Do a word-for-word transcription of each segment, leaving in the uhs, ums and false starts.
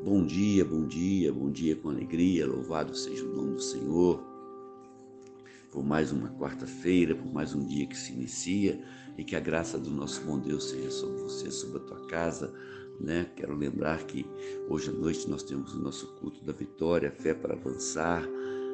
Bom dia, bom dia, bom dia com alegria, louvado seja o nome do Senhor, por mais uma quarta-feira, por mais um dia que se inicia, e que a graça do nosso bom Deus seja sobre você, sobre a tua casa, né? Quero lembrar que hoje à noite nós temos o nosso culto da vitória, fé para avançar,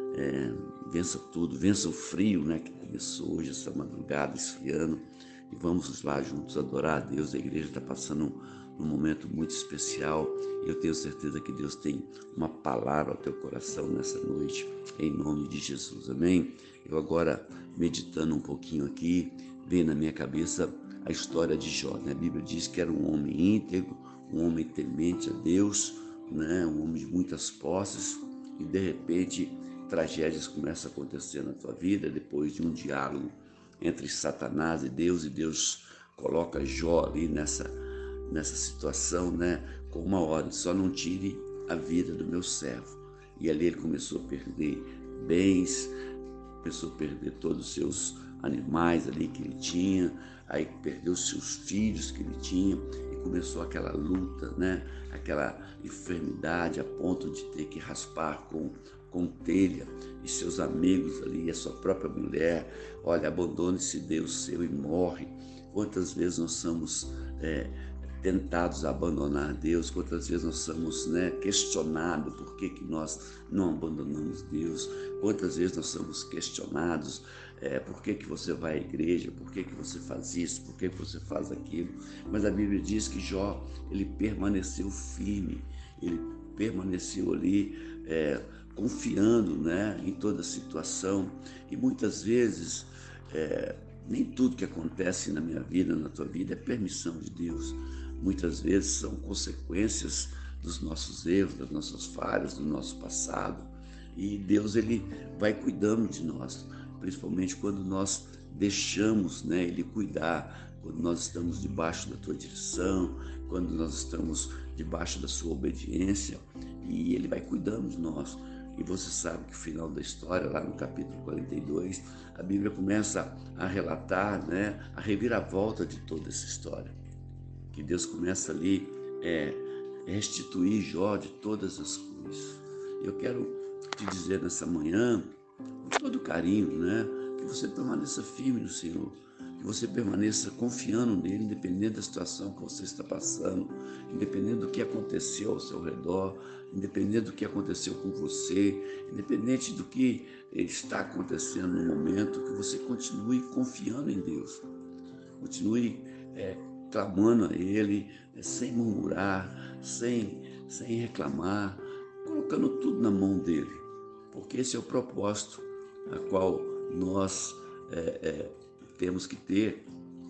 é, vença tudo, vença o frio, né? Que começou hoje, essa madrugada, esfriando, e vamos lá juntos adorar a Deus. A igreja está passando um, um momento muito especial, e eu tenho certeza que Deus tem uma palavra ao teu coração nessa noite, em nome de Jesus, amém? Eu agora, meditando um pouquinho aqui, veio na minha cabeça a história de Jó, né? A Bíblia diz que era um homem íntegro, um homem temente a Deus, né? Um homem de muitas posses, e de repente tragédias começam a acontecer na tua vida, depois de um diálogo entre Satanás e Deus, e Deus coloca Jó ali nessa, nessa situação, né? Com uma ordem: só não tire a vida do meu servo. E ali ele começou a perder bens, começou a perder todos os seus animais ali que ele tinha, aí perdeu os seus filhos que ele tinha, e começou aquela luta, né? Aquela enfermidade a ponto de ter que raspar com, com telha, e seus amigos ali, a sua própria mulher: olha, abandone-se Deus seu e morre. Quantas vezes nós somos é, tentados a abandonar Deus, quantas vezes nós somos, né, questionados por que, que nós não abandonamos Deus, quantas vezes nós somos questionados é, por que, que você vai à igreja, por que, que você faz isso, por que, que você faz aquilo. Mas a Bíblia diz que Jó, ele permaneceu firme, ele permaneceu ali é, confiando, né, em toda a situação. E muitas vezes é, nem tudo que acontece na minha vida, na tua vida, é permissão de Deus. Muitas vezes são consequências dos nossos erros, das nossas falhas, do nosso passado. E Deus, ele vai cuidando de nós, principalmente quando nós deixamos, né, ele cuidar, quando nós estamos debaixo da tua direção, quando nós estamos debaixo da sua obediência, e ele vai cuidando de nós. E você sabe que o final da história, lá no capítulo quarenta e dois, a Bíblia começa a relatar, né, a reviravolta de toda essa história. Que Deus começa ali é, restituir Jó de todas as coisas. Eu quero te dizer nessa manhã, com todo carinho, né, que você permaneça firme no Senhor, que você permaneça confiando nele, independente da situação que você está passando, independente do que aconteceu ao seu redor, independente do que aconteceu com você, independente do que está acontecendo no momento, que você continue confiando em Deus, continue é, clamando a Ele, é, sem murmurar, sem, sem reclamar, colocando tudo na mão dEle, porque esse é o propósito a qual nós é, é, temos que ter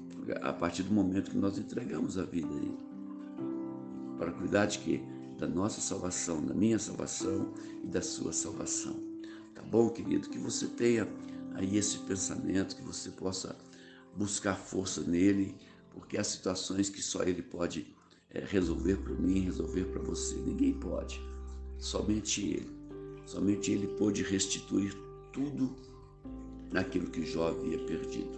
a partir do momento que nós entregamos a vida a Ele, para cuidar de quê? Da nossa salvação, da minha salvação e da sua salvação. Tá bom, querido? Que você tenha aí esse pensamento, que você possa buscar força nele, porque há situações que só Ele pode é, resolver para mim, resolver para você. Ninguém pode, somente Ele. Somente Ele pôde restituir tudo naquilo que Jó havia perdido.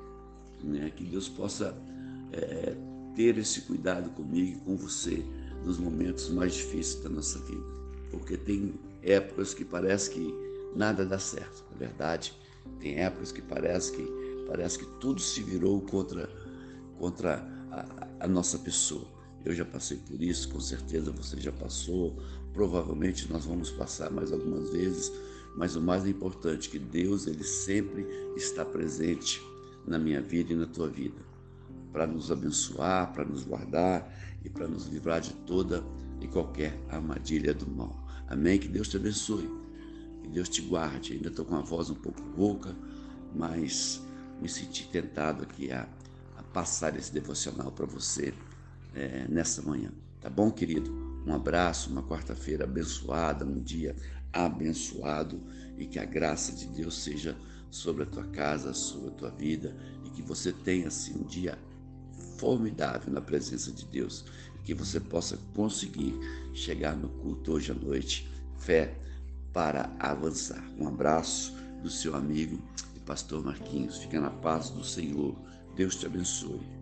Né? Que Deus possa é, ter esse cuidado comigo e com você nos momentos mais difíceis da nossa vida. Porque tem épocas que parece que nada dá certo, na verdade. Tem épocas que parece que, parece que tudo se virou contra, contra a, a nossa pessoa. Eu já passei por isso, com certeza você já passou, provavelmente nós vamos passar mais algumas vezes, mas o mais importante é que Deus, ele sempre está presente na minha vida e na tua vida, para nos abençoar, para nos guardar e para nos livrar de toda e qualquer armadilha do mal. Amém? Que Deus te abençoe, que Deus te guarde. Ainda estou com a voz um pouco rouca, mas me senti tentado aqui a, a passar esse devocional para você é, nessa manhã. Tá bom, querido? Um abraço, uma quarta-feira abençoada, um dia abençoado, e que a graça de Deus seja sobre a tua casa, sobre a tua vida, e que você tenha assim um dia formidável na presença de Deus, e que você possa conseguir chegar no culto hoje à noite, fé para avançar. Um abraço do seu amigo e pastor Marquinhos. Fica na paz do Senhor. Deus te abençoe.